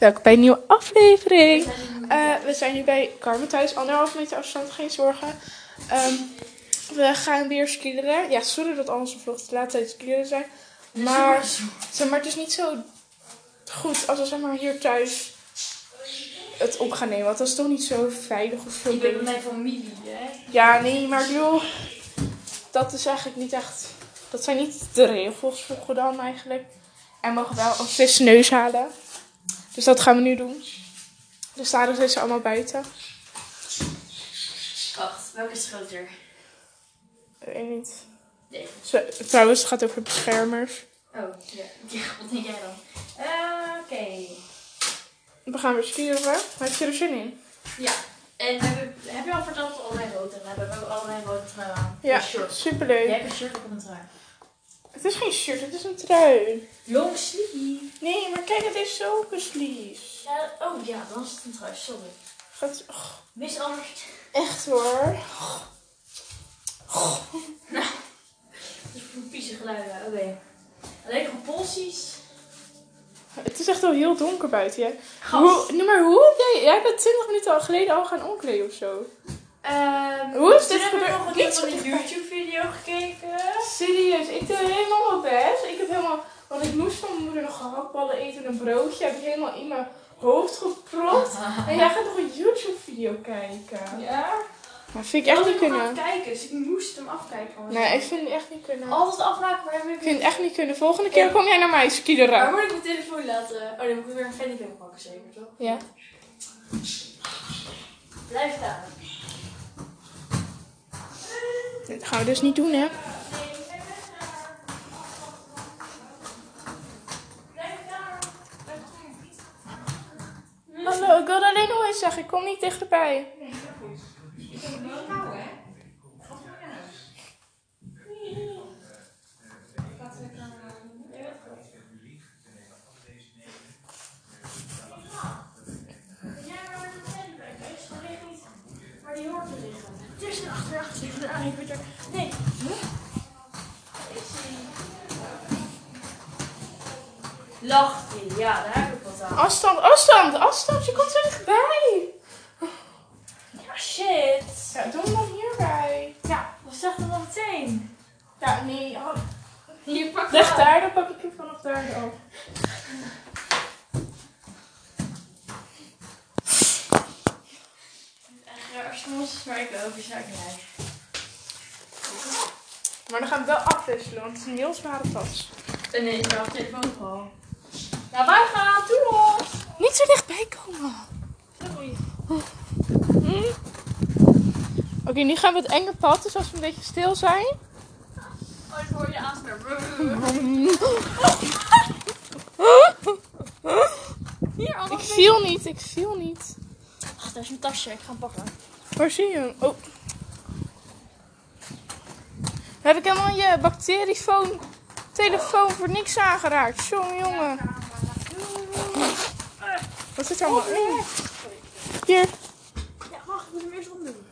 Welkom bij een nieuwe aflevering. We zijn nu bij Carmen thuis, 1,5 meter afstand, geen zorgen. We gaan weer skileren. Ja, sorry dat al onze vlogs de laatste tijd skileren zijn. Maar, het is niet zo goed als we hier thuis het op gaan nemen. Want dat is toch niet zo veilig of zo. Ik ben met mijn familie, hè? Ja, nee, maar ik bedoel, dat is eigenlijk niet echt... Dat zijn niet de regels voor dan eigenlijk. En mogen wel een frisse neus halen. Dus dat gaan we nu doen. Dus daarom zijn ze allemaal buiten. Wacht, welke is groter? Ik weet niet. Nee. Trouwens, het gaat over beschermers. Oh, ja. Wat denk jij dan? Oké. We gaan weer skiën. Heb je er zin in? Ja. En heb je al verteld dat we allebei rood hebben? We hebben allebei een rode trui aan. Ja, Een shirt. superleuk. Jij hebt een shirt op een trui. Het is geen shirt, het is een trui. Long sleeve. Nee, maar kijk, het is zo open sleeves. Ja, oh ja, dan is het een trui, sorry. Wist anders. Echt hoor. Nou, dat is een vieze geluiden. Oké. Alleen nog polsies. Het is echt al heel donker buiten, hè? Gast. Hoe heb jij bent 20 minuten geleden al gaan omkleden of zo? Hoe is dit Toen heb ik gebeurd? nog een keer van een YouTube-video gekeken. Serieus, ik doe helemaal mijn best. Ik heb helemaal, want ik moest van mijn moeder nog gehaktballen eten en een broodje. Heb ik helemaal in mijn hoofd gepropt. En jij gaat nog een YouTube-video kijken. Ja? Dat vind ik echt niet kunnen. Ik kijken, dus ik moest hem afkijken. Nee, ik vind het echt niet kunnen. Altijd afmaken, maar Ik vind het echt niet kunnen. Volgende keer kom jij naar mij Waar skileren. moet ik mijn telefoon laten? Oh, dan moet ik weer een fannypack pakken, zeker toch? Ja. Blijf daar. Dat gaan we dus niet doen, hè? Hallo, ik wilde alleen nog eens zeggen. Ik kom niet dichterbij. Waar die hoort te liggen. Het is achter. Ik weet er. Nee. Lacht hij? Ja, daar heb ik wat aan. Afstand. Je komt zo dichtbij. Ja, shit. Ja, doe hem dan hierbij. Ja, wat zegt er dan meteen? Ja, nee. Hier, pak Leg daar, dan pak ik hem vanaf daar af. Maar ik over zakenhuis. Maar dan gaan we wel afwisselen, want het is een heel zware tas. Nee, ik heb telefoon gewoon. Nou, wij gaan. Doei! Niet zo dichtbij komen. Sorry. Oké, nu gaan we het enge pad, dus als we een beetje stil zijn. Oh, ik hoor je aanspreken. Hier, allemaal Ik viel niet. Ach, daar is een tasje. Ik ga hem pakken. Waar zie je hem? Oh. Heb ik helemaal je bacteriefoon telefoon voor niks aangeraakt. Jongen. Wat zit er allemaal in? Hier. Ja, wacht. Ik moet hem eerst omdoen.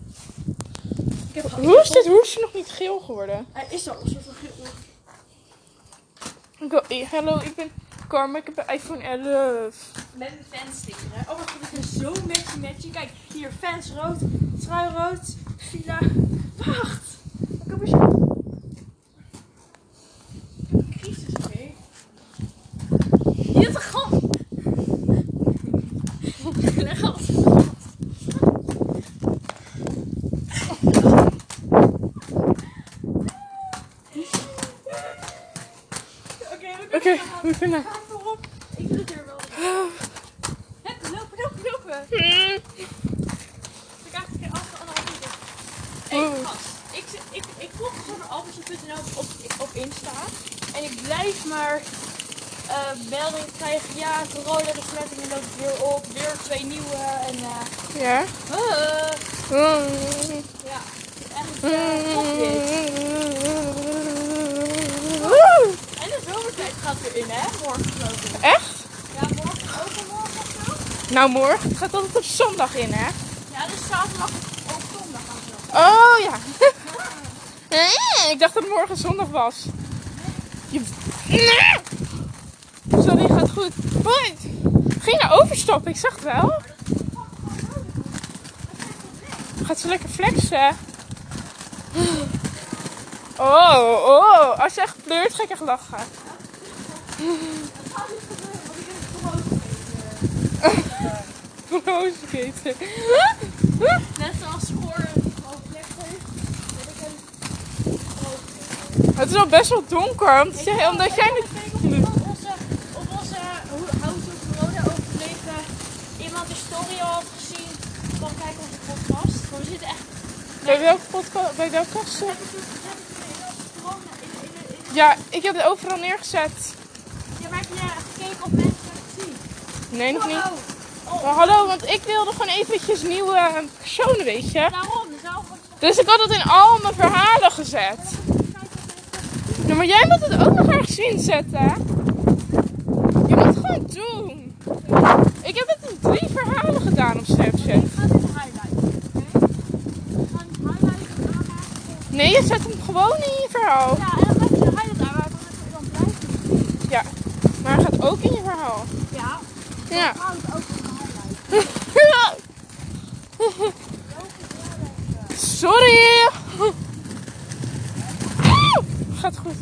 Hoe is dit hoesje nog niet geel geworden? Hij is al een soort van Hallo, ik ben Carmen. Ik heb een iPhone 11. met een fansticker, hè? Oh, wacht. Ik ben zo matchy. Kijk, hier. Fans rood. Trui rood. Villa. Wacht. Ik heb er zo... Crisis, oké. Hier te gaan. Leg af. Oké, we kunnen. Ga voorop. Ik doe het er wel. Lopen. Ik eigenlijk geen anderhalf uur. Hey, gast. Ik volg dus over albertje.nl op Insta. En ik blijf maar meldingen krijgen. Ja, corona besmettingen loopt weer op. Weer 2 nieuwe. En Ja? ja, echt kopjes. En de zomertijd gaat weer in, hè? Morgen geloof ik. Echt? Ja, morgen overmorgen of zo. Nou, morgen. Het gaat altijd op zondag in, hè? Ja, dus zaterdag of zondag gaan we. Oh, ja. Ik dacht dat morgen zondag was. Sorry, gaat goed. Hoi. Ging nou op, ik zag het wel. Gaat ze lekker flexen. Oh, als je echt pleurt, ga ik echt lachen. Rozenketel. Net zoals Schoor een flex heeft, wil ik een Het is al best wel donker, omdat jij niet... Op onze How to Corona overleven iemand de story al had gezien van kijken op de podcast. Maar we zitten echt... Bij welke podcast? Bij welke kast? Ja, ik heb het overal neergezet. Ja, maar heb je gekeken of mensen het zien? Nee, nog niet. Maar hallo, want ik wilde gewoon eventjes nieuwe personen, weet je. Daarom, Dus ik had het in al mijn verhalen gezet. Ja, maar jij moet het ook nog ergens inzetten. Je moet het gewoon doen. Ik heb het in 3 verhalen gedaan op Snapchat. Ik ga dit highlighten, oké? Ik ga het highlighten aanmaken. Nee, je zet hem gewoon in je verhaal. Ja, en dan ga ik de highlight aanmaken, dan blijft het. Ja, maar hij gaat ook in je verhaal. Ja, Ja. dan hou ik ook in de highlight. Sorry. Gaat goed.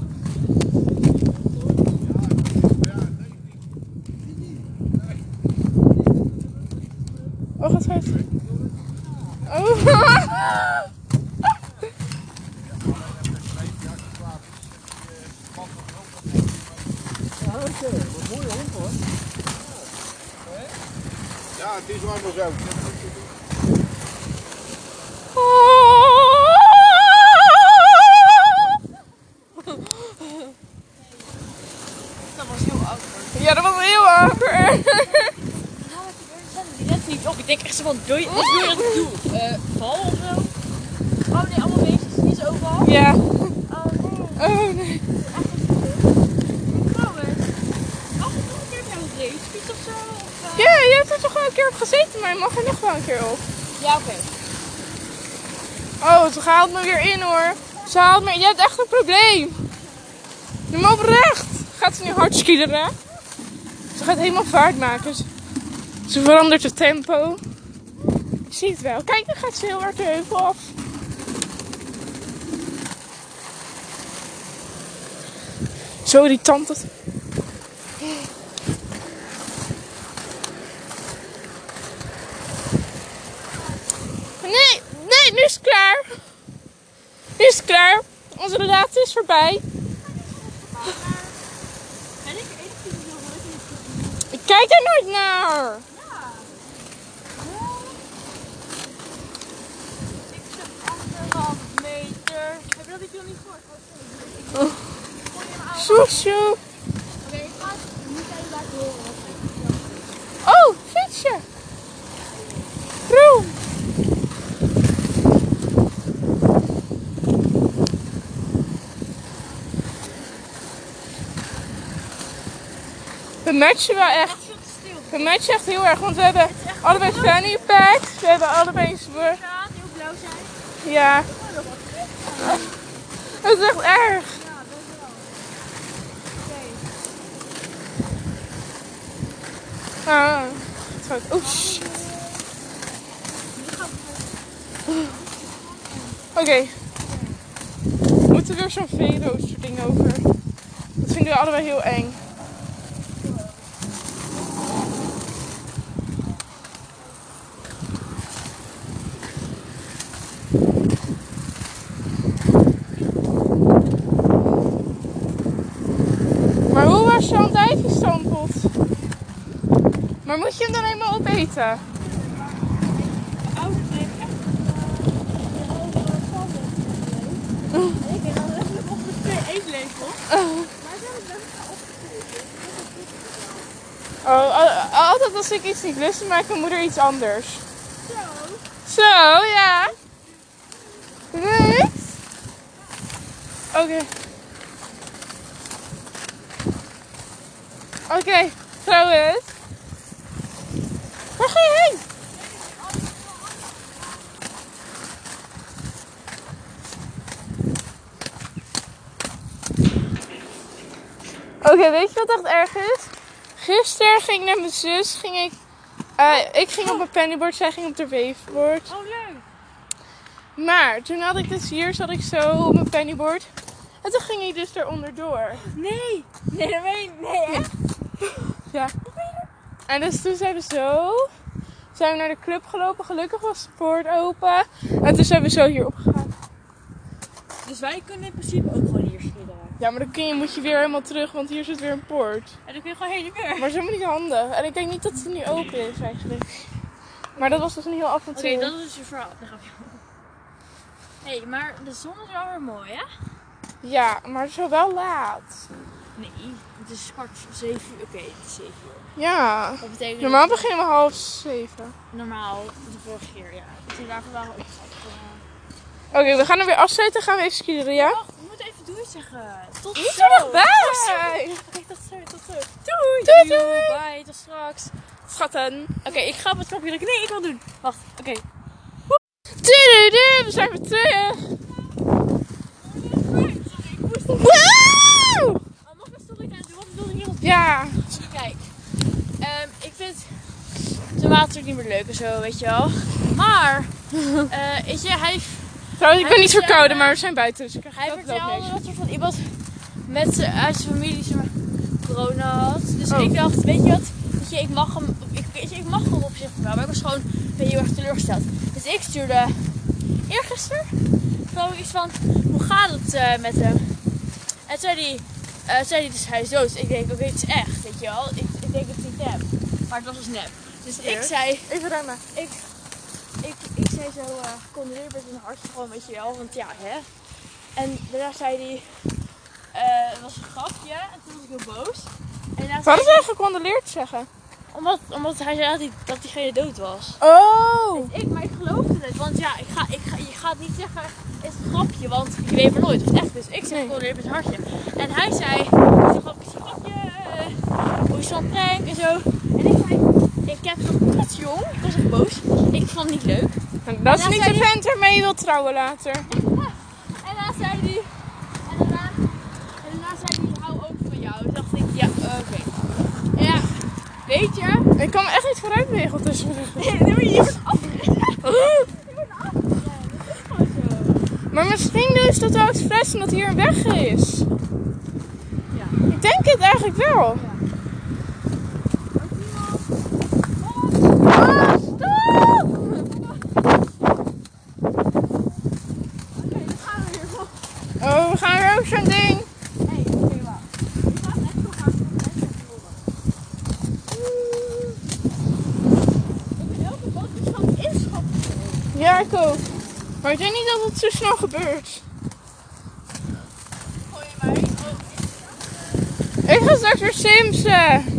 Oh, gaat goed. Oh. Wat mooie hond hoor. Ja, het is maar zo. Dat was heel awkward. Ja, dat was heel awkward. Die net niet op. Ik denk echt zo van, doe je dat doe? Val of zo? Oh nee, allemaal beestjes die is overal. Ja. Oh nee. Oh nee. Trouwens, mag ik nog een keer op jouw racefiets of zo? Ja, je hebt er toch wel een keer op gezeten, maar je mag er nog wel een keer op. Ja, oké. Oh, ze haalt me weer in hoor. Ze haalt me. Je hebt echt een probleem. Doe maar oprecht. Gaat ze nu hard skileren? Ze gaat helemaal vaart maken. Ze verandert het tempo. Je ziet het wel. Kijk, dan gaat ze heel hard de heuvel af. Zo irritant dat. Nee, nu is het klaar. Nu is het klaar. Onze relatie is voorbij. Ben ik er één keer zo nooit in? Ik kijk er nooit naar. Ja. Ik zit 1,5 meter. Heb je dat video niet gehoord? Oh. Soesje. Oké, ik ga het niet even laten horen. Oh, fietsje. Vroom. We matchen wel echt. We matchen echt heel erg, want we hebben allebei fanny packs. We hebben allebei een zwoer. Ja, heel blauw zijn. Ja. Dat is echt erg. Ja, best wel. Oké. Ah. Het gaat. Oh shit. Oké. We moeten weer zo'n veerooster ding over. Dat vinden we allebei heel eng. Maar hoe was je andijvie gestampeld? Maar moet je hem dan helemaal opeten? Ouders bleef echt ik denk dat letterlijk op de 2 eetlepels. Maar ze hebben het wel opgegeten. Altijd als ik iets niet lust, maakt mijn moeder iets anders. Zo. Zo, ja. Niks? Oké. Oké, trouwens. Waar ga je heen? Oké, weet je wat echt erg is? Gisteren ging ik met mijn zus. Ik ging op mijn pennyboard, zij ging op de waveboard. Oh, leuk. Maar toen had ik dus hier, zat ik zo op mijn pennyboard. En toen ging ik dus eronder door. Nee, dat meen je. Nee, hè? Ja. En dus toen zijn we naar de club gelopen. Gelukkig was de poort open. En toen zijn we zo hier opgegaan. Dus wij kunnen in principe ook gewoon hier schieten. Ja, maar dan moet je weer helemaal terug, want hier zit weer een poort. En dan kun je gewoon heen en weer. Maar dat is helemaal niet handig. En ik denk niet dat het nu open is eigenlijk. Maar dat was dus een heel avontuur. Oké, dat is je verhaal. Hé, maar de zon is wel weer mooi, hè? Ja, maar zo wel laat. Nee, het is kwart 7 uur. Oké, het is 7 uur. Ja. Dat betekent Normaal dat beginnen we 6:30. normaal, de vorige keer, ja. Dus daarvoor waren we opgezet. Oké, we gaan er weer afsluiten. Gaan we even skiën, ja? Wacht, we moeten even doei zeggen. Tot Niet zo. zo dichtbij! Oké, tot zo. Doei! Doei. Bye, tot straks. Schatten. Oké, ik ga op het knopje drukken. Nee, ik wil doen. Wacht, oké. We zijn weer terug. Woe! Mag ik een storytime doen? Wat bedoel je? Ja. Kijk, ik vind de water natuurlijk niet meer leuk en zo, weet je wel. Maar, weet je, hij Trouwens, ik ben niet vertelde- verkouden, maar we zijn buiten, dus ik krijg Hij dat ook vertelde niks. dat er van iemand uit zijn familie zeg maar, corona had. Dus ik dacht, weet je wat? Weet je, ik mag hem op zich wel, maar ik was gewoon heel erg teleurgesteld. Dus ik stuurde eergisteren gewoon iets van, hoe gaat het met hem? En zei hij dus, hij is dood. Ik denk, oké, het is echt, weet je wel. Ik denk, het is niet nep. Maar het was dus nep. Dus ik zei, Even remmen. ik zei zo, gecondoleerd met een hartje gewoon, weet je wel, want ja, hè. En daarna zei hij, het was een grapje, en toen was ik heel boos. En daarna Wat is zei er gecondoleerd zeggen? omdat hij zei dat diegene dood was. Oh! Maar ik geloofde het, want ja, je gaat niet zeggen, het is een grapje, want je weet maar nooit of het echt is. Ik zeg, gecondoleerd met een hartje. En hij zei, het is een grapje, hoe is zo'n prank en zo. En ik zei, ik heb zo'n trots jong, ik was echt boos. Ik vond het niet leuk. Dat is niet de vent waarmee je wilt trouwen later. En daarna zei hij, hou ook van jou. Toen dacht ik, ja, oké. Ja, weet je. Ik kan me echt niet vooruit bewegen op tussen. Nee, maar je wordt afgereden. Maar misschien doen ze dat wel expres omdat hier een weg is. Ja. Ik denk het eigenlijk wel. Oh, we gaan weer ook zo'n ding. Ja, ik ook. Maar ik denk niet dat het zo snel gebeurt. Ik ga straks weer simsen.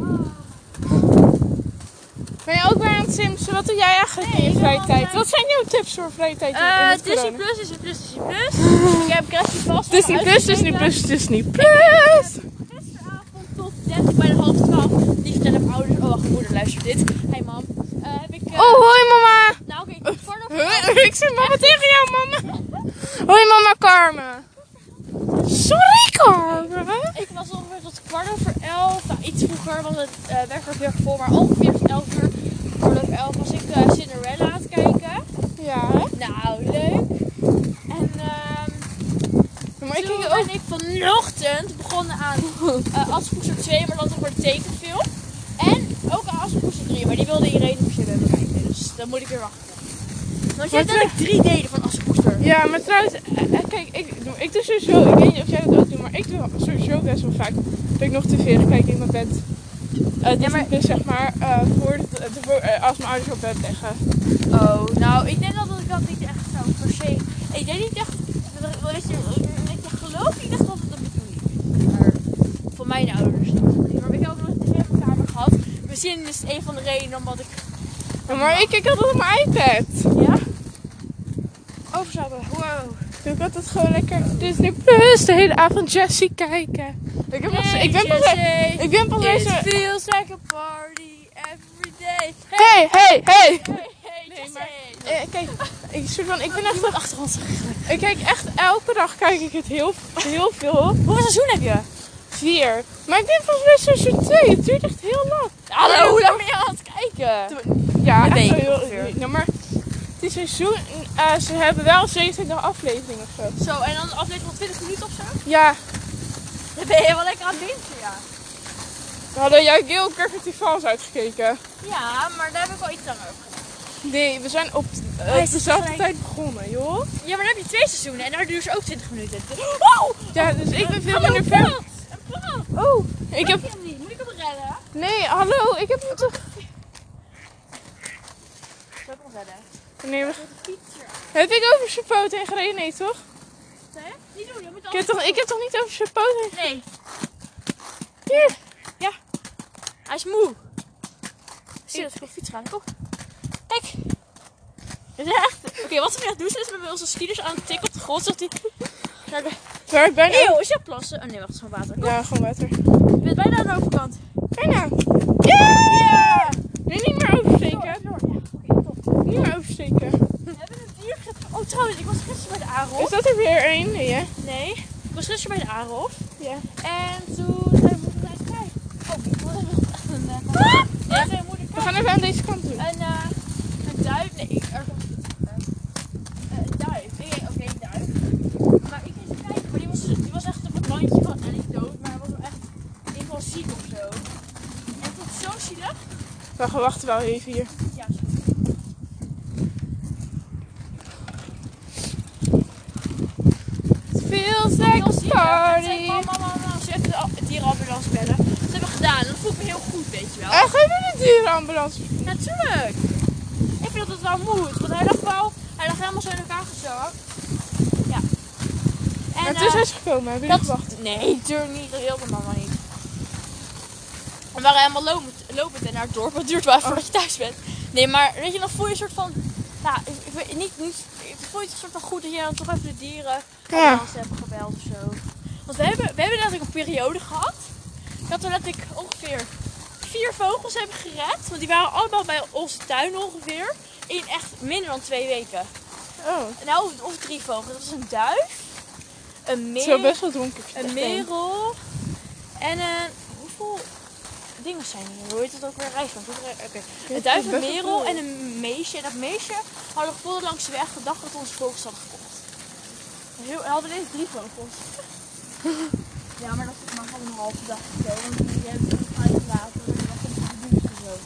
Ben je ook weer aan het simsen? Wat doe jij eigenlijk in je vrije tijd? Wat zijn jouw tips voor vrije tijd in het Disney corona? Plus, Disney Plus, Disney Plus. Ik heb Gravity Falls Disney Plus, Disney Plus, Disney Plus. Gisteravond tot 13 bij de half 12. Die vertellen mijn ouders. Oh, wacht, moeder luistert dit. Hey mam. Heb ik. Oh, hoi mama. Nou, oké, tot kwart over Ik zeg mama tegen jou, mama. Hoi mama Carmen. Sorry Carmen. Ik was ongeveer tot 11:15. Nou, iets vroeger, want het werk werd heel erg vol. Maar ongeveer tot 11 uur. 11:15 was ik Cinderella aan het kijken. Ja. Nou, leuk. En Maar ik toen ging ook. ben ik vanochtend begonnen aan Assepoester 2, maar dat over de tekenfilm. En ook aan Assepoester 3, maar die wilde iedereen per se bij bekijken. Dus dan moet ik weer wachten. Want je hebt natuurlijk 3 delen van Assepoester. Ja, maar trouwens, kijk, ik doe sowieso, ik weet niet of jij dat ook doet, maar ik doe sowieso best wel vaak dat ik nog tv kijk in mijn bed. Disney Plus, zeg maar, als mijn ouders op bed leggen. Oh, nou, ik denk dat ik dat niet echt zou per se. Ik denk niet echt, weet je, geloof niet echt dat het de bedoeling is. Maar voor mijn ouders niet. Maar ik heb ook nog een tv op mijn kamer gehad. Misschien is het een van de redenen omdat ik. Ja, maar ik kijk altijd op mijn iPad. Ja? Overstappen, wow. Doe ik altijd gewoon lekker Disney Plus de hele avond Jessie kijken. Ik ben pas It feels like a party every day. Hey! Hey, Nee, maar Kijk, ik ben echt. iemand achter ons. Ik kijk echt elke dag kijk ik het heel veel. Hoeveel seizoen heb je? 4. Maar ik ben volgens mij seizoen 2. Het duurt echt heel lang. Hallo, hoe lang ben je aan het kijken? Ja, Een echt week heel ongeveer. nou, maar die seizoen, ze hebben wel 27 afleveringen of zo. Zo, en dan een aflevering van 20 minuten of zo? Ja, Dan ben je wel lekker aan het bingen, ja. we hadden jij Gale Gravity Falls uitgekeken. Ja, maar daar heb ik al iets langer over gedaan. Nee, we zijn op Hij is dezelfde gelijk. tijd begonnen, joh. Ja, maar dan heb je 2 seizoenen en daar duurt ze ook 20 minuten. Oh! Ja, dus ik ben veel Hallo, minder ver. pad! Een pad! Oh, ik heb... Ik hem niet. Moet ik hem redden? Nee, hallo, ik heb moeten... Zal ik hem redden? Nee, Met de fiets hier. heb ik over zijn poot heen gereden? Nee, toch? Nee? Niet doen, je moet Ik heb toch niet over zijn poot heen gereden? Nee, Hier. ja. Hij is moe. Zie je dat ik op de fiets ga? Kom. Kijk. Het is echt... Oké, wat we nu aan het doen zijn is met onze skiers aan het tikken op de grond. Zodat hij... Naar de... Waar ik bijna... Eeuw, is dat plassen? Oh nee, wacht, het is gewoon water. Kom. Ja, gewoon water. Je bent bijna aan de overkant. Bijna. Ja! Nu niet meer oversteken. Ja, oké, top. Niet meer oversteken. We hebben een dier gegeten. Oh, trouwens, ik was gisteren bij de Arof. Is dat er weer één? Nee, hè? Nee, ik was gisteren bij de Arof. Ja. En toen zei mijn moeder naar kijk. Oh, ik was echt een... Nee, zei mijn moeder We kijk. gaan even aan deze kant doen. Een duif. Nee, er was een duif. Nee, oké, een duif. Maar ik ging eens kijken, maar die was echt op het randje van... En niet dood, maar hij was wel echt... In ieder geval ziek of zo. En het was zo zielig. We wachten wel even hier. Ja, Feels like a party. Mama, ze even de dierenambulance bellen. Dat hebben we gedaan. Dat voelt me heel goed, weet je wel. Echt, hebben we de dierenambulance? Natuurlijk. Ik vind dat het wel moet. Want hij lag helemaal zo in elkaar gezakt. Ja. En, Maar toen is gekomen, hebben jullie gewacht? Nee, natuurlijk niet. Dat wilde mama niet. We waren helemaal lopend naar het dorp. Het duurt wel even voordat je thuis bent. Nee, maar weet je, dan voel je een soort van... Ja, ik weet niet... Voel je het een soort van goed dat je dan toch even de dieren ambulance hebt gebeld of zo. Want we hebben letterlijk een periode gehad. Dat we letterlijk ongeveer 4 vogels hebben gered. Want die waren allemaal bij onze tuin ongeveer. In echt minder dan 2 weken. Oh, Nou, of 3 vogels. Dat was een duif. Een het is wel merel. best wel donker. Een merel. En een... Hoeveel dingen zijn hier? Hoe heet het ook weer? Rijsland. Oké. Een duif, een merel en een meisje. En dat meisje hadden we gevonden langs de weg gedacht dat we onze vogels hadden gekocht. We hadden ineens 3 vogels. Ja, maar dat is maar gewoon een halve dag of zo. Want die hebben we uitgelaten. En dat was op de buurt en zo.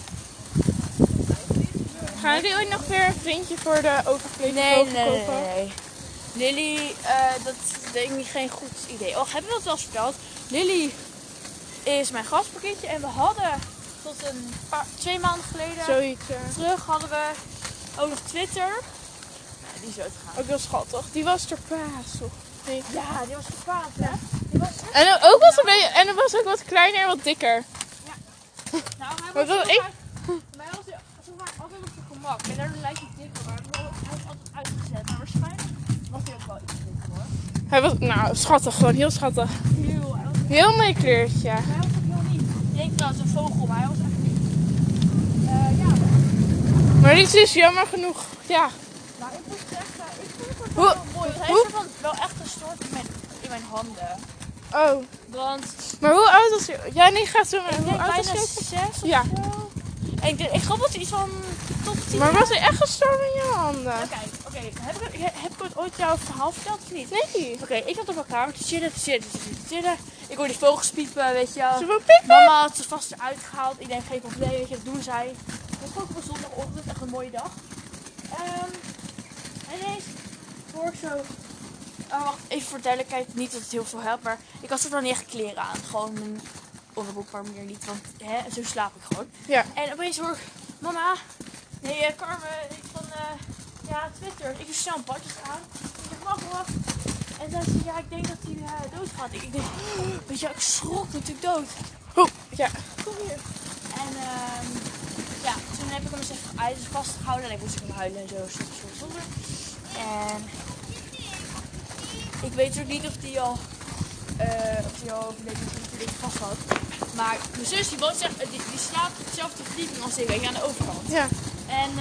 Gaan jullie ooit nog weer een vriendje voor de overgebleven vogel kopen? Nee. Lily, dat is denk ik geen goed idee. Oh, hebben we dat wel eens verteld? Lily is mijn gastpakketje en we hadden tot 2 maanden geleden Zoiets, ja. terug hadden we ook nog Twitter. Ja, die is uitgegaan. Ook wel schattig. Die was ter paas, toch? Nee. Ja, die was gevaarlijk, hè? Die was En ook wat een beetje, en hij was ook wat kleiner en wat dikker. nou, hij Wat was wil ik? Maar hij was zo vaak altijd op zijn gemak. En daardoor lijkt hij dikker, maar hij is altijd uitgezet. Maar waarschijnlijk was hij ook wel iets dikker, hoor. Hij was, nou, schattig, gewoon heel schattig. Hij was Heel mooi kleurtje. Maar hij was ook heel lief. Je denkt trouwens een vogel, maar hij was echt lief. Ja, Maar dit is jammer genoeg, ja. maar ik moet zeggen, ik vind het Hoe- wel mooi. Want hij hoe- is wel echt gestoord in mijn handen. Oh, Want maar hoe oud was hij? Ja, nee, gaat zo maar. ik Hoe denk oud was bijna hij? 6 of Ja. zo. En ik geloof dat hij iets van tot 10 Maar jaar. was hij echt gestorven in je handen? Oké. Heb ik ooit jouw verhaal verteld of niet? Nee. Oké, ik zat op mijn kamer te chillen. Ik hoorde die vogels piepen, weet je wel. Ze wil pippen? Mama had ze vast eruit gehaald. Ik denk, geen probleem, weet je, dat doen zij. Het was ook op een zondagochtend, echt een mooie dag. En ineens hoor ik zo... wacht, even voor duidelijkheid, niet dat het heel veel helpt, maar ik had soort van niet echt kleren aan. Gewoon mijn onderbroek, maar meer niet, want zo slaap ik gewoon. Ja. En opeens hoor ik, mama, nee, Carmen, ik van, Twitter. Ik doe snel een badjes aan. Ik zeg, wacht. En dan zei ze, ja, ik denk dat hij doodgaat. Ik denk, weet je, ik schrok natuurlijk dood. Hoe? Ja. Kom hier. En ja, toen heb ik hem eens even vastgehouden en ik moest hem huilen en zo, zonder. En ik weet ook niet of die al overleden is, of die vast had. Maar mijn zus die woont die slaapt op dezelfde verdieping als ik, weet je, aan de overkant. Ja. En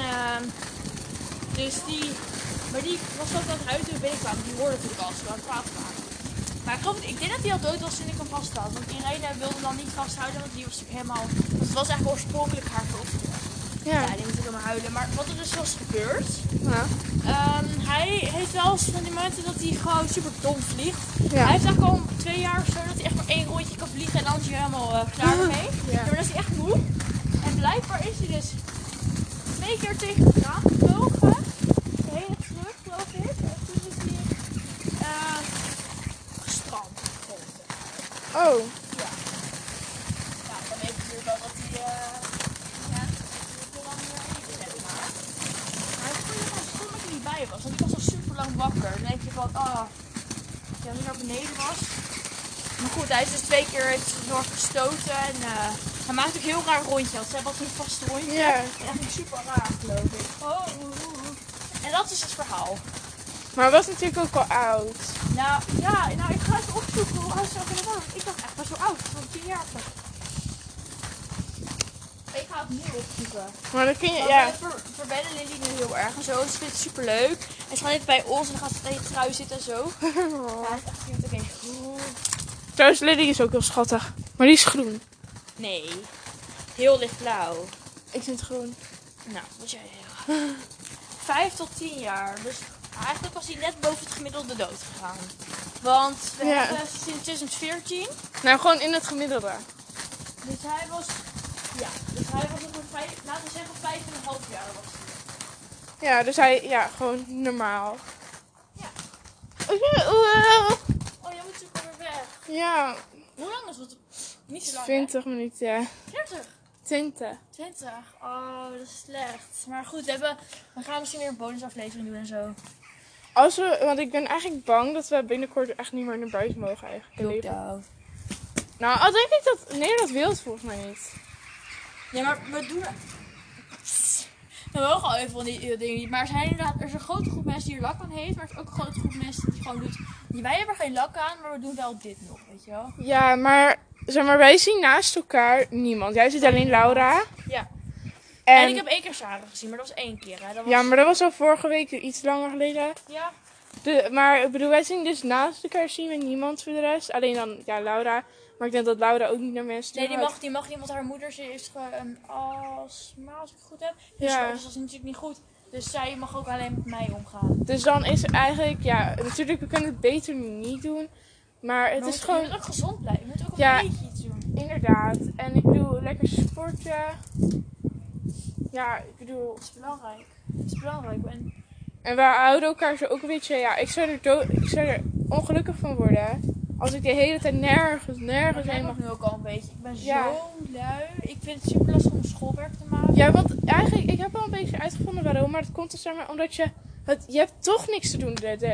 dus die was ook aan het huis toen we binnenkwamen. Die hoorde natuurlijk al, ze aan het praten waren. Maar ik denk dat hij al dood was toen ik hem vast had. Want Irene wilde hem dan niet vasthouden, want die was natuurlijk helemaal... Want het was eigenlijk oorspronkelijk haar vogeltje. Ja. Ja, die moet ik helemaal huilen. Maar wat er dus was gebeurd... Ja. Hij heeft wel eens van die momenten dat hij gewoon super dom vliegt. Ja. Hij heeft eigenlijk al 2 jaar of zo dat hij echt maar 1 rondje kan vliegen en dan is hij helemaal klaar ermee. Ja. Ja, maar dan is hij echt moe. En blijkbaar is hij dus 2 keer tegen de kraan gevlogen. De hele terug, geloof ik. En toen is hij gestrand. Oh. Ja. Ja, dan weet ik natuurlijk wel dat hij ja, heel lang weer even zeg maar. Maar ik vond het gewoon stom dat hij niet bij was. Want ik was al super lang wakker. Dan denk je van, ja, als hij naar beneden was. Maar goed, hij is dus 2 keer door gestoten en hij maakt ook een heel raar rondje. Want zij was een vast rondje. Ja. En eigenlijk super raar, geloof ik. En dat is het verhaal. Maar hij was natuurlijk ook al oud. Nou, ja, ik ga even opzoeken hoe oud ze ook inderdaad was. Ik dacht echt wel zo oud, van 10 jaar. Ik ga het nu opzoeken. Maar dan kun je, Want ja. wij verwennen Lily nu heel erg en zo. Dus ik vind het super leuk. En ze gaan even bij ons en dan gaat ze tegen trui zitten en zo. Ja, dat is echt cute. Oké. Trouwens, Lily is ook heel schattig. Maar die is groen. Nee. Heel lichtblauw. Ik vind het groen. Nou, wat jij 5 tot 10 jaar. Dus eigenlijk was hij net boven het gemiddelde dood gegaan. Want we Ja. hebben sinds 2014. Nou, gewoon in het gemiddelde. Dus hij was... Ja, dus hij was nog maar 5, laten we zeggen 5,5 jaar was hij. Ja, dus hij, ja, gewoon normaal. Ja. Oh, Oh, jij moet natuurlijk alweer weg. ja, Hoe lang is het? Niet zo lang, 20 minuten, ja. hè? 40. 20. 20. Oh, dat is slecht. Maar goed, we gaan misschien weer een bonusaflevering doen en zo. Als we, want ik ben eigenlijk bang dat we binnenkort echt niet meer naar buiten mogen eigenlijk. Lockdown. Nou, al denk ik dat Nederland wil het volgens mij niet. Ja, maar we doen... We mogen al even van die dingen niet. Maar er is een grote groep mensen die er lak aan heeft. Maar er is ook een grote groep mensen die gewoon doet... Wij hebben er geen lak aan, maar we doen wel dit nog, weet je wel. Ja, maar zeg maar, wij zien naast elkaar niemand. Jij ziet alleen Laura. Ja. En, En ik heb 1 keer Sarah gezien, maar dat was 1 keer. Hè. Dat was... ja, maar dat was al vorige week, iets langer geleden. Ja. Maar ik bedoel, wij zien dus naast elkaar zien we niemand voor de rest. Alleen dan, ja, Laura. Maar ik denk dat Laura ook niet naar mensen toe Nee, gaat. die mag niet, want haar moeder heeft een astma, als ik het goed heb. Dus, Ja. dus dat is natuurlijk niet goed. Dus zij mag ook alleen met mij omgaan. Dus dan is het eigenlijk, ja, natuurlijk, we kunnen het beter nu niet doen. Maar het Maar is je gewoon, moet ook gezond blijven. Je moet ook Ja. een beetje iets doen. inderdaad. En ik bedoel, lekker sporten. Ja, ik bedoel, Dat is belangrijk. Dat is belangrijk. en we houden elkaar zo ook een beetje, ja, ik zou er ongelukkig van worden. Als ik de hele tijd nergens Ik heen mag mag. nu ook al een beetje. Ik ben Ja. zo lui. Ik vind het super lastig om schoolwerk te maken. Ja, want eigenlijk, ik heb wel een beetje uitgevonden waarom. Maar het komt dus zeg maar omdat je hebt toch niks te doen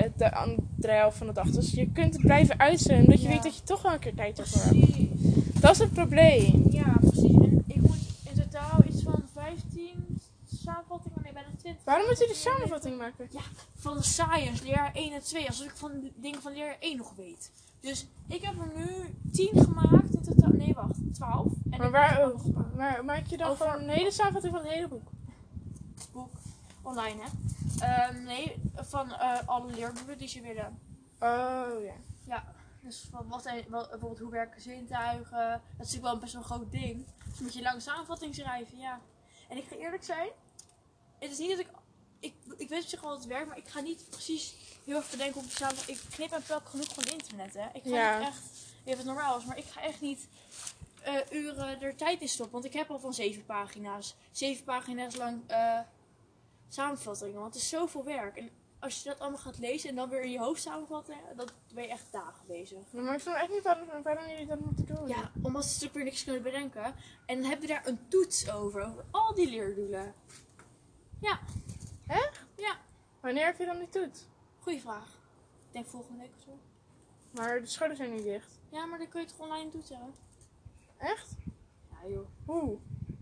de helft van de dag. Dus je kunt het blijven uitstellen. Omdat je Ja. weet dat je toch wel een keer tijd hebt voor. Precies. Dat is het probleem. Ja, precies. En ik moet in totaal iets van 15 samenvattingen. Nee, bijna 20. Waarom moet je de samenvatting maken? Ja, van de science, leerjaar 1 en 2. Alsof ik van de dingen van leerjaar 1 nog weet. Dus ik heb er nu 10 gemaakt in totaal. Nee, wacht, 12. En Maar ik waar, heb nog maar maak je dan Over- gewoon een hele samenvatting van het hele boek? boek online, hè? Nee, van alle leerboeken die ze willen. Oh ja. Ja, dus van bijvoorbeeld hoe werken zintuigen. Dat is natuurlijk wel best wel een groot ding. Dus moet je een lange samenvatting schrijven, ja. En ik ga eerlijk zijn, het is niet dat ik weet op zich wel dat het werkt, maar ik ga niet precies heel erg bedenken hoe ik samenvatting. Ik knip en plak genoeg van internet, hè. Ik ga Ja. niet echt, even het normaal is, maar ik ga echt niet uren er tijd in stoppen. Want ik heb al van 7 pagina's lang samenvattingen, want het is zoveel werk. En als je dat allemaal gaat lezen en dan weer in je hoofd samenvatten, dan ben je echt dagen bezig. Maar ik snap echt niet waarom jullie dat moeten doen. Ja, omdat ze natuurlijk weer niks kunnen bedenken. En dan heb je daar een toets over al die leerdoelen. Ja. Echt? Ja, Wanneer heb je dan die toets? goeie vraag. Ik denk volgende week of zo. Maar de scholen zijn nu dicht. Ja, maar dan kun je toch online toetsen? Echt? Ja joh. Hoe?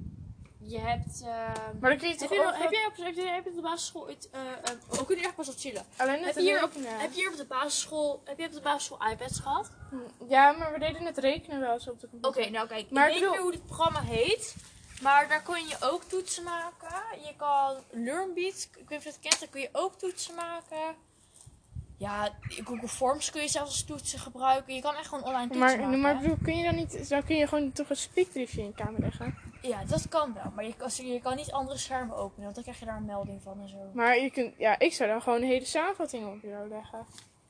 Je hebt... Maar dan kun je toch ook heb jij op de basisschool... we kunnen echt pas op chillen. alleen net Heb je hier rekenen. Heb je hier op de basisschool... Heb je op de basisschool iPads gehad? Ja, maar we deden het rekenen wel eens op de computer. Oké, nou kijk. Maar ik ik weet niet bedoel- meer hoe dit programma heet. Maar daar kun je ook toetsen maken. Je kan LearnBeat, ik weet niet of je dat kent, daar kun je ook toetsen maken. Ja, Google Forms kun je zelfs als toetsen gebruiken. Je kan echt gewoon online toetsen maken. Maar bedoel, kun je dan niet... Dan kun je gewoon toch een speakbriefje in je kamer leggen. Ja, dat kan wel. Maar je kan niet andere schermen openen. Want dan krijg je daar een melding van en zo. Maar je kunt... Ja, ik zou dan gewoon een hele samenvatting op jou leggen.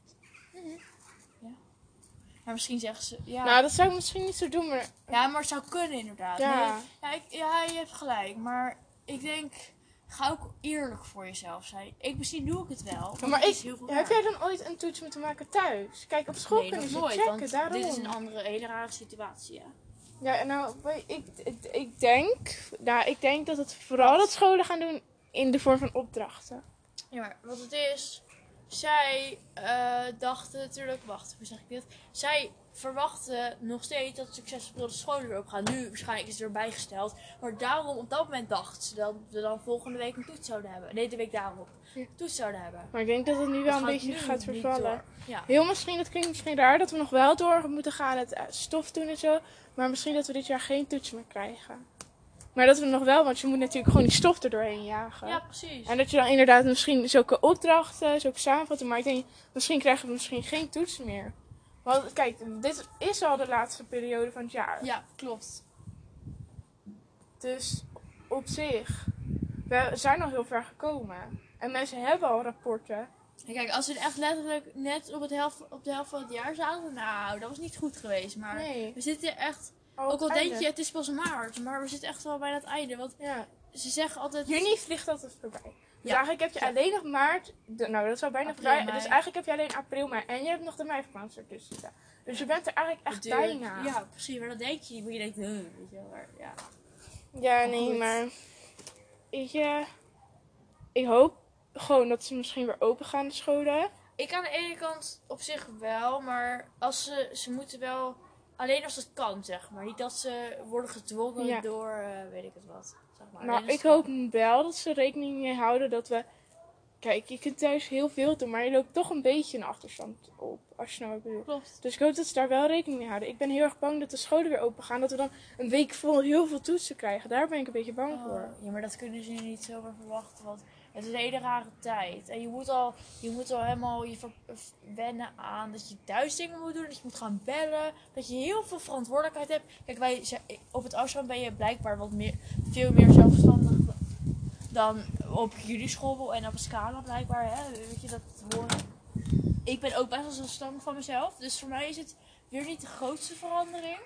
Maar misschien zeggen ze... Ja, Nou, dat zou ik misschien niet zo doen, maar... ja, maar het zou kunnen inderdaad. Ja. Nee, ja, je hebt gelijk. Maar ik denk... Ga ook eerlijk voor jezelf zijn. Misschien doe ik het wel. Want Maar het is heel veel heb waard. jij dan ooit een toets moeten maken thuis? Kijk, op school Nee, kunnen nog ze nooit. checken, Want daarom. dit is een andere, hele rare situatie, ja. Ja, nou, ik denk dat het vooral dat scholen gaan doen in de vorm van opdrachten. Ja, maar wat het is... Zij dachten natuurlijk... Wacht, hoe zeg ik dit? Zij verwachten nog steeds dat succesvol de scholen weer op gaan. Nu waarschijnlijk is het erbij gesteld. Maar daarom, op dat moment dachten ze dat we dan volgende week een toets zouden hebben. Nee, de week daarop. Een toets zouden hebben. Maar ik denk dat het nu wel Dat een beetje nu gaat niet vervallen. door. Ja. Heel misschien, dat klinkt misschien raar dat we nog wel door moeten gaan het stof doen en zo. Maar misschien dat we dit jaar geen toets meer krijgen. Maar dat we nog wel, want je moet natuurlijk gewoon die stof er doorheen jagen. Ja, precies. En dat je dan inderdaad misschien zulke opdrachten, zulke samenvattingen. Maar ik denk, misschien krijgen we misschien geen toets meer. Want kijk, dit is al de laatste periode van het jaar. Ja, klopt. Dus op zich, we zijn al heel ver gekomen. En mensen hebben al rapporten. En kijk, als we echt letterlijk net op de helft van het jaar zaten, nou, dat was niet goed geweest. Maar Nee. we zitten echt, Al ook al het denk einde. je het is pas maart, maar we zitten echt wel bijna het einde. Want Ja. ze zeggen altijd... Juni vliegt altijd voorbij. Dus Ja. eigenlijk heb je alleen nog maart. Nou, dat is al bijna April, voorbij. mei. Dus eigenlijk heb je alleen april, mei. En je hebt nog de meivakantie ertussen zitten. Dus je bent er eigenlijk echt duurt. bijna. Ja, precies. Maar dan denk je, maar je denkt, weet je wel, maar ja. Ja, Maar nee, goed. maar. Ik hoop gewoon dat ze misschien weer open gaan, de scholen. Ik aan de ene kant op zich wel, maar als ze moeten wel, alleen als het kan, zeg maar. Niet dat ze worden gedwongen Ja. door, weet ik het wat. Zeg maar. Maar Alleen als ik het hoop kan. wel dat ze rekening mee houden dat we. Kijk, je kunt thuis heel veel doen, maar je loopt toch een beetje een achterstand op. Als je nou wat bedoelt. Klopt. Dus ik hoop dat ze daar wel rekening mee houden. Ik ben heel erg bang dat de scholen weer open gaan. Dat we dan een week vol heel veel toetsen krijgen. Daar ben ik een beetje bang voor. Ja, maar dat kunnen ze niet zomaar verwachten, want het is een hele rare tijd. En je moet al helemaal wennen aan dat je thuis dingen moet doen, dat je moet gaan bellen, dat je heel veel verantwoordelijkheid hebt. Kijk, op het afstand ben je blijkbaar veel meer zelfstandig dan op jullie school en op een scala blijkbaar, hè? Weet je dat horen? Ik ben ook best wel zelfstandig van mezelf, dus voor mij is het weer niet de grootste verandering.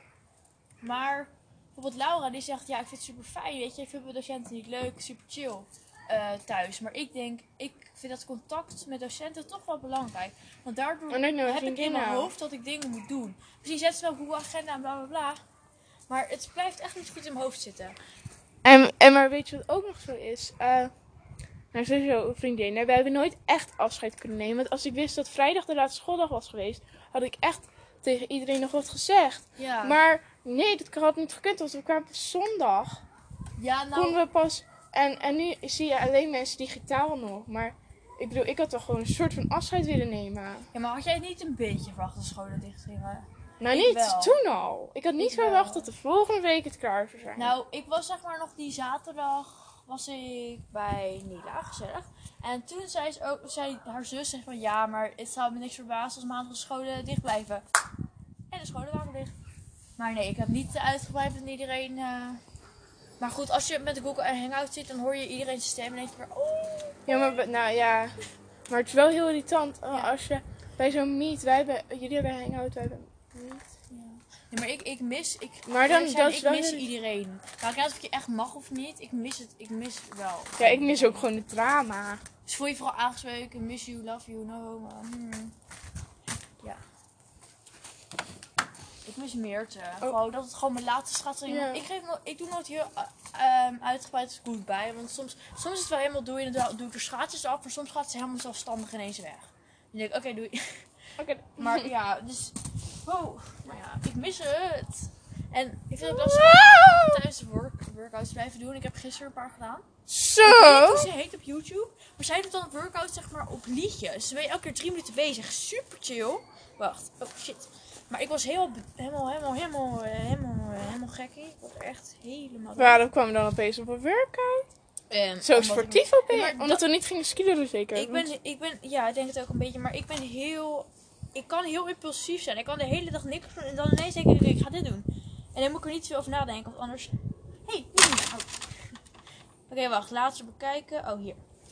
Maar bijvoorbeeld Laura die zegt, ja, ik vind het super fijn, weet je, ik vind mijn docenten niet leuk, super chill thuis. Maar ik vind dat contact met docenten toch wel belangrijk. Want daardoor En ook nog heb ik in mijn vriendinnen. hoofd dat ik dingen moet doen. Misschien zetten ze wel Google Agenda en bla bla bla. Maar het blijft echt niet goed in mijn hoofd zitten. En maar weet je wat ook nog zo is? Nou, sowieso, vriendinnen. We hebben nooit echt afscheid kunnen nemen. Want als ik wist dat vrijdag de laatste schooldag was geweest, had ik echt tegen iedereen nog wat gezegd. Ja, Maar nee, dat had niet gekund. Want we kwamen pas zondag. ja nou, Konden we pas. En nu zie je alleen mensen digitaal nog. Maar ik bedoel, ik had toch gewoon een soort van afscheid willen nemen. ja, maar had jij niet een beetje verwacht dat scholen dicht gingen? Nou, Ik niet wel. toen al. Ik had niet Ik wel. verwacht dat de volgende week het klaar zou zijn. Nou, ik was zeg maar nog die zaterdag was ik bij Nila, gezellig. En toen zei haar zus zei van ja, maar het zou me niks verbazen als maandag de scholen dicht blijven. En de scholen waren dicht. Maar nee, ik heb niet uitgebreid met iedereen. Maar goed, als je met de Google Hangout zit, dan hoor je iedereen zijn stem en denk je maar, oh. Ja, maar nou ja. Maar het is wel heel irritant als je bij zo'n meet. Jullie hebben hangout, wij hebben meet. Ja, maar ik mis Maar dan, dat is ik wel mis heel- iedereen. Maakt niet uit of je echt mag of niet. Ik mis het wel. Ja, ik mis ook gewoon het drama. Dus voel je vooral aangesproken, miss you, love you, no homo. Ja. Ik mis Meerte. Gewoon dat het gewoon mijn laatste schatting. Ja. Ik doe nooit heel uitgebreid goodbye. Want soms is het wel helemaal doei en dan doe ik er schaatsjes af. Maar soms gaat ze helemaal zelfstandig ineens weg. Dan denk ik, oké, doei. Oké. Maar ja, dus... Oh, maar ja, ik mis het. En ik vind het ook lastig tijdens de workouts blijven doen. Ik heb gisteren een paar gedaan. Zo! Ik weet niet hoe ze heet op YouTube. Maar zij doet dan workouts zeg maar op liedjes. Dus dan ben je elke keer 3 minuten bezig. Super chill. Wacht. Oh shit. Maar ik was helemaal gekkie. Ik was er echt helemaal... Waarom kwam je dan opeens op een workout? Zo sportief ook ben je. Maar Omdat we niet gingen skileren zeker. Ja, ik denk het ook een beetje. Maar ik ben ik kan heel impulsief zijn. Ik kan de hele dag niks doen en dan ineens denk ik ga dit doen. En dan moet ik er niet veel over nadenken, want anders... Hey, Oké, wacht. Laten we bekijken. Oh, hier.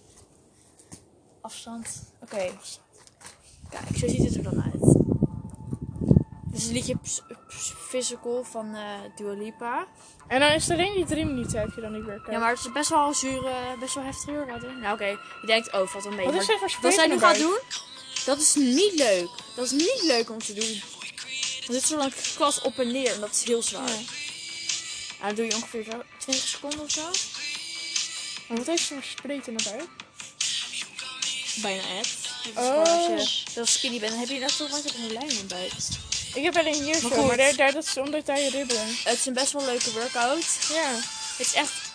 Afstand. Oké. Kijk, zo ziet het er dan uit. Dit is het liedje Physical van Dua Lipa. En dan is het alleen die 3 minuten heb je dan niet werken. Ja, maar het is best wel best wel heftig hoor. Nou oké, je denkt, oh, valt wel mee. Wat is er voor wat zij nu gaat doen? doen, dat is niet leuk. Dat is niet leuk om te doen. Want dit is zo lang klas op en neer en dat is heel zwaar. Ja. Nou, dan doe je ongeveer zo 20 seconden of zo. Maar wat heeft ze voor spreet in de buik? Bijna het. Oh. Als je heel skinny bent, dan heb je net zo vaak een lijn in je buik. Ik heb alleen hier Maar zo, goed. maar daar dat is omdat daar je ribben. Het is een best wel leuke workout. Ja. Het is echt...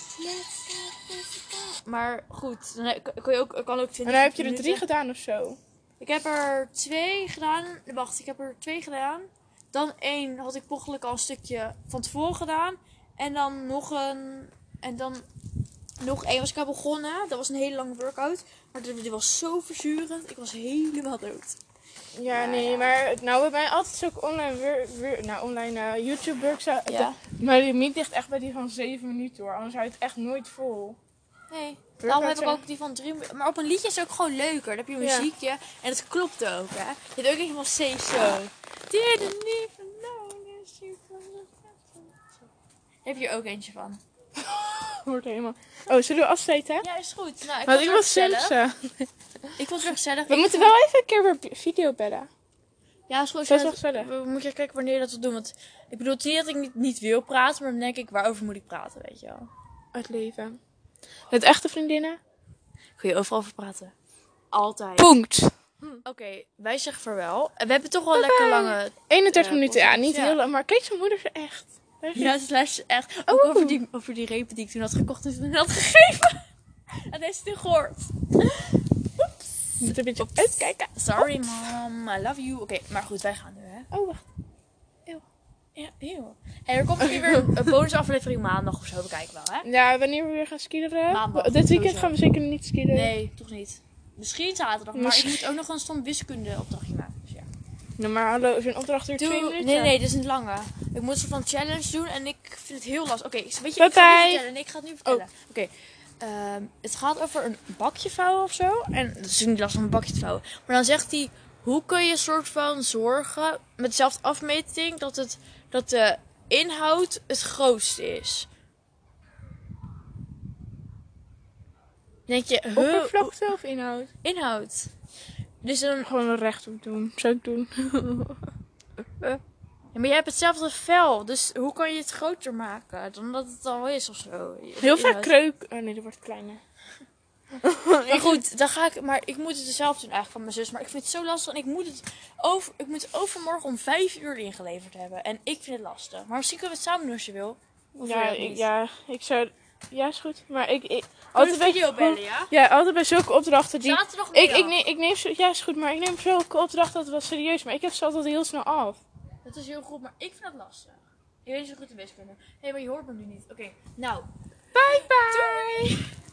Maar goed, dan kan ook 20 En dan heb je er minuten. 3 gedaan of zo. Ik heb er 2 gedaan. Wacht, ik heb er 2 gedaan. Dan 1 had ik mogelijk al een stukje van tevoren gedaan. En dan nog een... En dan nog 1 was ik al begonnen. Dat was een hele lange workout. Maar dit was zo verzurend. Ik was helemaal dood. Ja, nee, maar nou bij mij altijd zo ook online YouTube workshop. Ja. Maar de limiet ligt echt bij die van 7 minuten hoor. Anders hou je het echt nooit vol. Nee. Daarom heb ik ook die van 3 minuten. Maar op een liedje is het ook gewoon leuker. Dan heb je een Ja. muziekje. En het klopt ook, hè. Je hebt ook helemaal say so. Didn't even notice you from the Daar heb je er ook eentje van. Hoort helemaal. Oh, zullen we afsluiten? Ja, is goed. Nou, Want ik weer was gezellig. Simpson. Ik vond het weer gezellig. We moeten wel even een keer weer video bellen. Ja, is goed. Dat is wel gezellig. We moeten kijken wanneer je dat wil doen. Want ik bedoel, het is niet dat ik niet wil praten. Maar dan denk ik, waarover moet ik praten, weet je wel. Het leven. Met echte vriendinnen? Kun je overal over praten. Altijd. Punkt. Oké, wij zeggen vaarwel. En we hebben toch wel een lekker lange... 31 minuten, ja, podcast, niet ja. heel lang. Maar kijk, zijn moeder ze echt. Ja, het luistert echt. Ook over die repen die ik toen had gekocht en toen had gegeven. En deze toen gehoord. Je moet een beetje uitkijken. Sorry mom, I love you. Oké, maar goed, wij gaan nu hè. Oh, wacht. Ja, heel. En er komt weer een bonusaflevering maandag of zo. We kijken wel hè. Ja, wanneer we weer gaan skileren? Maandag, Dit weekend sowieso. gaan we zeker niet skileren. Nee, toch niet. Misschien zaterdag, maar Misschien. ik moet ook nog een stom wiskunde opdrachtje maken. Dus ja. Nou, maar hallo, is een opdracht door 2 minuten? Nee, dit is een lange. Ik moet een soort van challenge doen en ik vind het heel lastig. Oké, weet je, ik Bye ga het bye. nu vertellen. Nee, ik ga het nu vertellen. Oké, het gaat over een bakje vouwen of zo. En dat is niet lastig om een bakje te vouwen. Maar dan zegt hij, hoe kun je soort van zorgen met dezelfde afmeting dat de inhoud het grootste is? Denk je, Oppervlakte of inhoud? inhoud. Dus dan... Gewoon een rechthoek doen. Zou ik doen. Ja, maar jij hebt hetzelfde vel, dus hoe kan je het groter maken dan dat het al is of zo? Heel vaak kreuk. Oh nee, dat wordt kleiner. Maar goed, dan ga ik. Maar ik moet het zelf doen eigenlijk van mijn zus. Maar ik vind het zo lastig. En ik moet het overmorgen om 5 uur ingeleverd hebben. En ik vind het lastig. Maar misschien kunnen we het samen doen als je wil. Of wil je dat niet? Ik zou... Ja, is goed. Maar ik Kunnen altijd we video bellen, ja? Ja, altijd bij zulke opdrachten die... Zaterdagmiddag. Ik neem zo... Ja, is goed. Maar ik neem zulke opdrachten altijd wel serieus. Maar ik heb ze altijd heel snel af. Dat is heel goed, maar ik vind het lastig. Ik weet niet zo goed in wiskunde. Hé, maar je hoort me nu niet. Oké, nou. Bye bye! Doei!